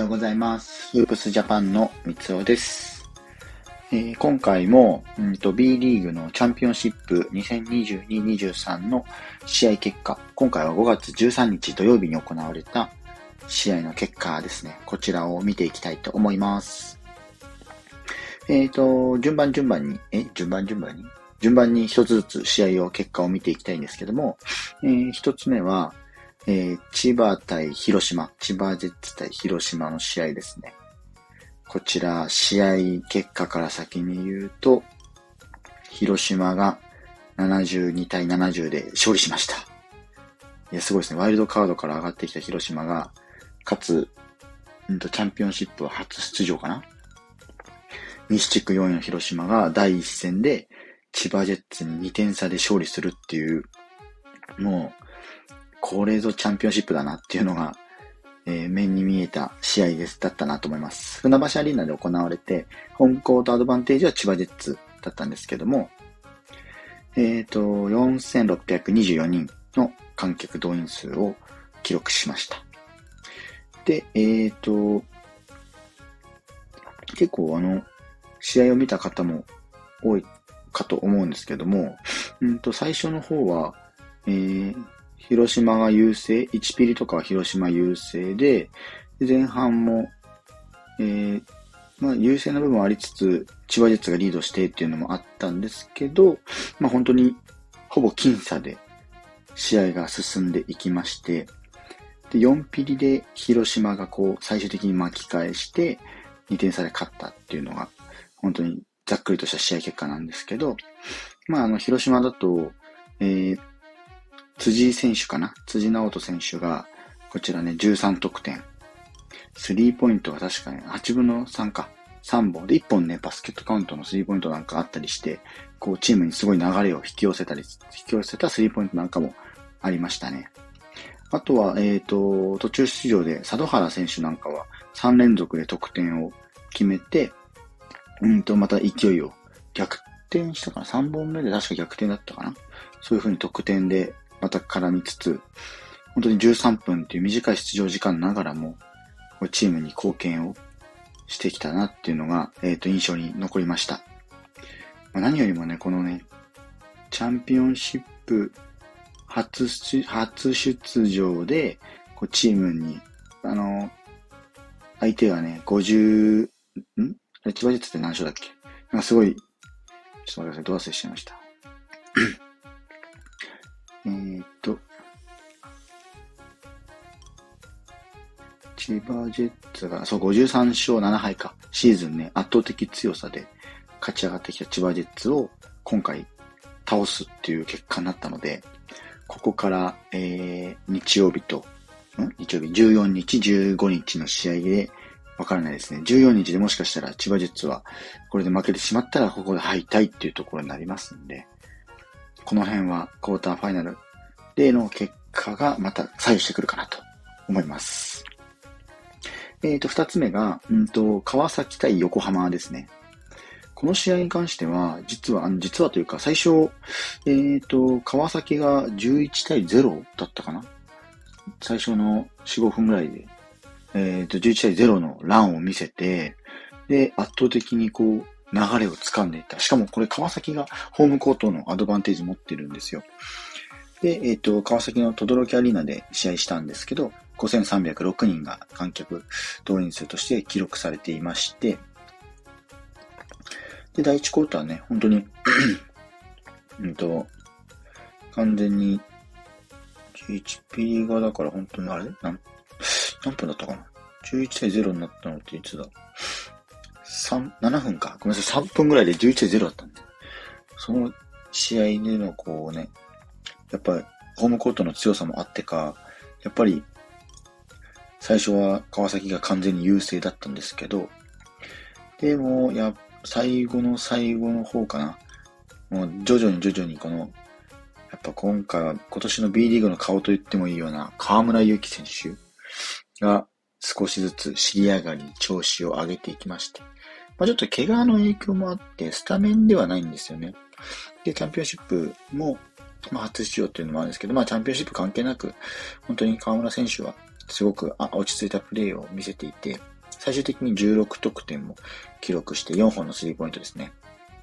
ございます。フープスジャパンの三尾です。今回も、B リーグのチャンピオンシップ2022-23の試合結果、今回は5月13日土曜日に行われた試合の結果ですね。こちらを見ていきたいと思います。順番に一つずつ試合結果を見ていきたいんですけども、一つ目は、千葉対広島、千葉ジェッツ対広島の試合ですね。こちら、試合結果から先に言うと、広島が72対70で勝利しました。いや、すごいですね。ワイルドカードから上がってきた広島が、かつ、チャンピオンシップは初出場かな。西地区4位の広島が第一戦で、千葉ジェッツに2点差で勝利するっていう、もう、これぞチャンピオンシップだなっていうのが、目に見えた試合だったなと思います。船橋アリーナで行われて、ホームコートアドバンテージは千葉ジェッツだったんですけども、4624人の観客動員数を記録しました。で、結構試合を見た方も多いかと思うんですけども、最初の方は、広島が優勢、1ピリとかは広島優勢で、前半も、優勢な部分はありつつ、千葉ジェッツがリードしてっていうのもあったんですけど、本当にほぼ僅差で試合が進んでいきまして、で、4ピリで広島が最終的に巻き返して、2点差で勝ったっていうのが、本当にざっくりとした試合結果なんですけど、広島だと、辻選手かな辻直人選手が、こちらね、13得点。スリーポイントが確かね、8分の3か。3本で1本ね、バスケットカウントのスリーポイントなんかあったりして、チームにすごい流れを引き寄せたスリーポイントなんかもありましたね。あとは、途中出場で佐渡原選手なんかは3連続で得点を決めて、また勢いを逆転したかな ?3 本目で確か逆転だったかなそういう風に得点でまた絡みつつ、本当に13分っていう短い出場時間ながらも、チームに貢献をしてきたなっていうのが、印象に残りました。何よりもね、このね、チャンピオンシップ初出場で、チームに、相手がね、千葉ジェッツって何勝だっけすごい、ちょっと待ってください、ど忘れしちゃいました。千葉ジェッツが、53勝7敗か。シーズンね、圧倒的強さで勝ち上がってきた千葉ジェッツを今回倒すっていう結果になったので、ここから、日曜日、14日、15日の試合で、わからないですね。14日でもしかしたら千葉ジェッツは、これで負けてしまったらここで敗退っていうところになりますんで、この辺はクォーターファイナルでの結果がまた左右してくるかなと思います。二つ目が、川崎対横浜ですね。この試合に関しては、実はというか、最初、川崎が11対0だったかな最初の4、5分ぐらいで、11対0のランを見せて、で、圧倒的に流れを掴んでいった。しかもこれ川崎がホームコートのアドバンテージ持ってるんですよ。で、川崎の轟アリーナで試合したんですけど、5306人が観客動員数として記録されていまして、で、第1クォーターね、本当に完全に、1ピリがだから本当にあれ何分だったかな ?11 対0になったのっていつだ ?7 分か。ごめんなさい、3分ぐらいで11対0だったんで。その試合でのやっぱりホームコートの強さもあってか、やっぱり最初は川崎が完全に優勢だったんですけど、でも最後の方かな。もう徐々にやっぱ今年の B リーグの顔と言ってもいいような河村勇輝選手が少しずつ尻上がりに調子を上げていきまして、ちょっと怪我の影響もあってスタメンではないんですよね。で、チャンピオンシップも初出場っていうのもあるんですけど、チャンピオンシップ関係なく、本当に河村選手はすごく落ち着いたプレーを見せていて、 最終的に16得点も記録して4本のスリーポイントですね。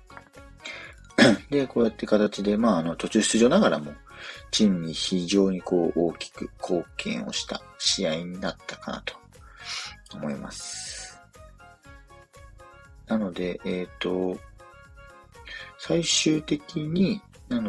で、こうやって形で、途中出場ながらも、チームに非常に大きく貢献をした試合になったかなと思います。なので、最終的に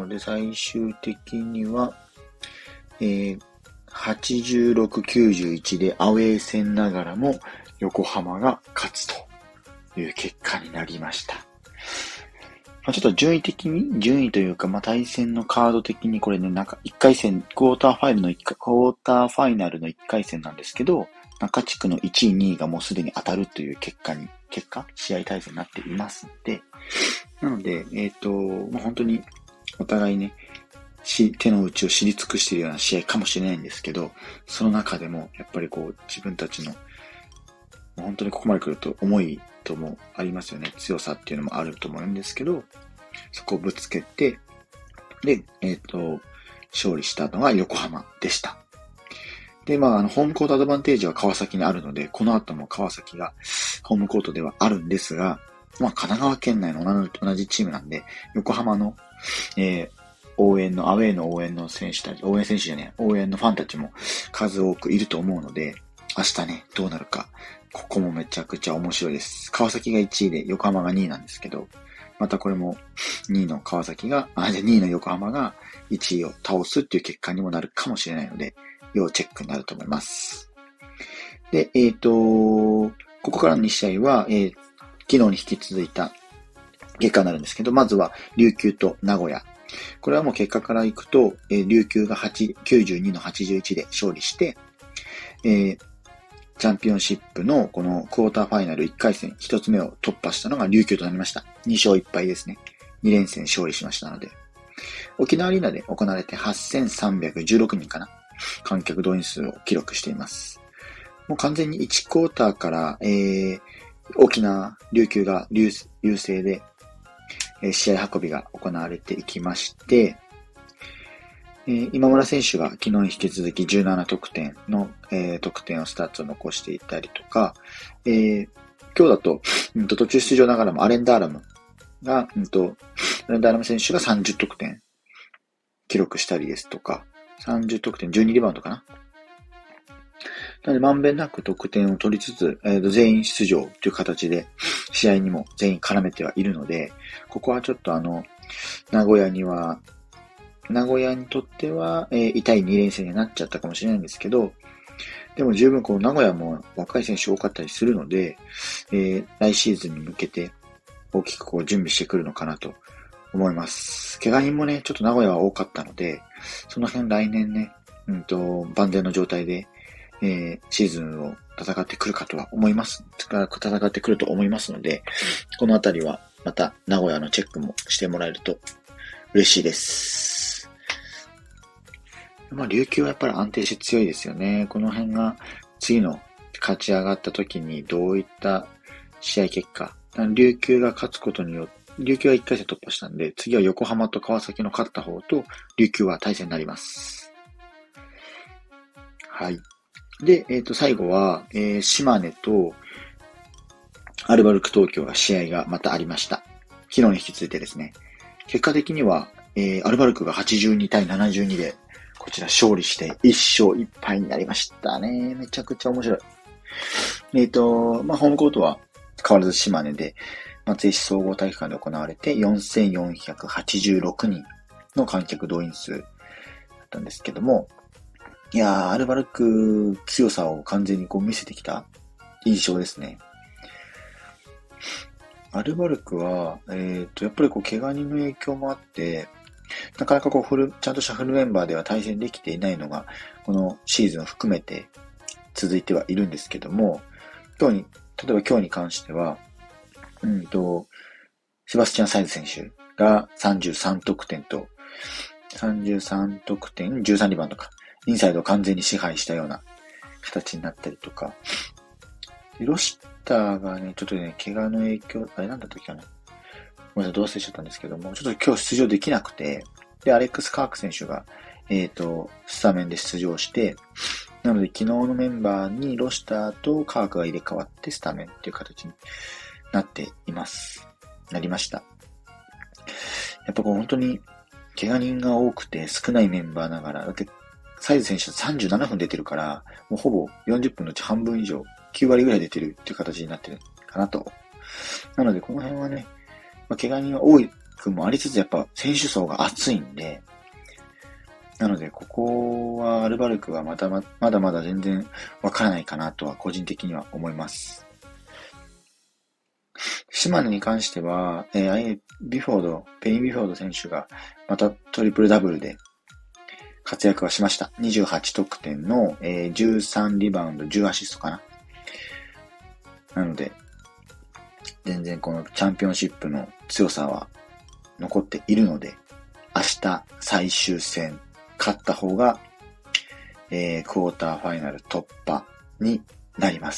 は、86-91でアウェー戦ながらも横浜が勝つという結果になりました。ちょっと順位というか、対戦のカード的にこれね、1回戦、クォーターファイナルの1回戦なんですけど、中地区の1位、2位がもうすでに当たるという試合対戦になっていますので、なので、本当にお互いね、手の内を知り尽くしているような試合かもしれないんですけど、その中でも、やっぱり自分たちの、本当にここまで来ると思いともありますよね。強さっていうのもあると思うんですけど、そこをぶつけて、で、勝利したのが横浜でした。で、ホームコートアドバンテージは川崎にあるので、この後も川崎がホームコートではあるんですが、神奈川県内の同じチームなんで、横浜の、アウェーの応援の選手たち、応援のファンたちも数多くいると思うので、明日ね、どうなるか。ここもめちゃくちゃ面白いです。川崎が1位で横浜が2位なんですけど、またこれも2位の横浜が1位を倒すっていう結果にもなるかもしれないので、要チェックになると思います。で、ここからの2試合は、昨日に引き続いた結果になるんですけど、まずは琉球と名古屋。これはもう結果からいくと、琉球が92の81で勝利して、チャンピオンシップのこのクォーターファイナル1回戦1つ目を突破したのが琉球となりました。2勝1敗ですね。2連戦勝利しましたので。沖縄アリーナで行われて8316人かな。観客動員数を記録しています。もう完全に1クォーターから、沖縄、琉球が優勢で、試合運びが行われていきまして、今村選手が昨日に引き続き17得点の、得点をスタッツを残していたりとか、今日だと、途中出場ながらもアレンダーラム選手が30得点記録したりですとか、30得点、12リバウンドかな。なので、まんべんなく得点を取りつつ、全員出場という形で、試合にも全員絡めてはいるので、ここはちょっと名古屋にとっては、痛い2連戦になっちゃったかもしれないんですけど、でも十分名古屋も若い選手多かったりするので、来シーズンに向けて大きく準備してくるのかなと思います。怪我人もね、ちょっと名古屋は多かったので、その辺来年ね、万全の状態で、シーズンを戦ってくると思いますので、このあたりはまた名古屋のチェックもしてもらえると嬉しいです。琉球はやっぱり安定して強いですよね。この辺が次の勝ち上がった時にどういった試合結果、琉球が勝つことによって、琉球は1回戦突破したんで、次は横浜と川崎の勝った方と琉球は対戦になります。はい。で、最後は、島根とアルバルク東京が試合がまたありました。昨日に引き続いてですね。結果的には、アルバルクが82対72で、こちら勝利して1勝1敗になりましたね。めちゃくちゃ面白い。ホームコートは変わらず島根で、松江市総合体育館で行われて4486人の観客動員数だったんですけども、いやー、アルバルク強さを完全に見せてきた印象ですね。アルバルクは、やっぱり怪我人の影響もあって、なかなかちゃんとしたフルメンバーでは対戦できていないのが、このシーズンを含めて続いてはいるんですけども、例えば今日に関しては、セバスチャン・サイズ選手が33得点、13リバウンドか。インサイドを完全に支配したような形になったりとか。ロシターがね、ちょっとね、怪我の影響、あれなんだったっけかな。ごめんなさい、どう忘れちゃったんですけども、ちょっと今日出場できなくて、で、アレックス・カーク選手が、スタメンで出場して、 なので昨日のメンバーにロシターとカークが入れ替わってスタメンっていう形になっています。なりました。やっぱ本当に怪我人が多くて少ないメンバーながら、だってサイズ選手は37分出てるから、もうほぼ40分のうち半分以上、9割ぐらい出てるっていう形になってるかなと。なのでこの辺はね、怪我人は多い分もありつつやっぱ選手層が厚いんで、なのでここはアルバルクはまだまだ全然わからないかなとは個人的には思います。島根に関しては、ペイン・ビフォード選手がまたトリプルダブルで活躍はしました。28得点の、13リバウンド、10アシストかな。なので、全然このチャンピオンシップの強さは残っているので、明日最終戦勝った方が、クォーターファイナル突破になります。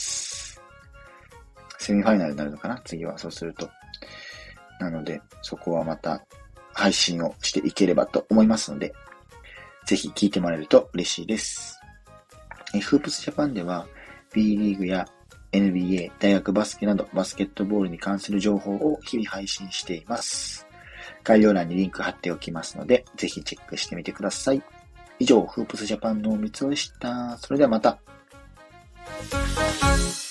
セミファイナルになるのかな次は、そうすると。なので、そこはまた配信をしていければと思いますので、ぜひ聞いてもらえると嬉しいです。フープスジャパンでは B リーグや NBA、大学バスケなどバスケットボールに関する情報を日々配信しています。概要欄にリンク貼っておきますので、ぜひチェックしてみてください。以上、フープスジャパンの三つでした。それではまた。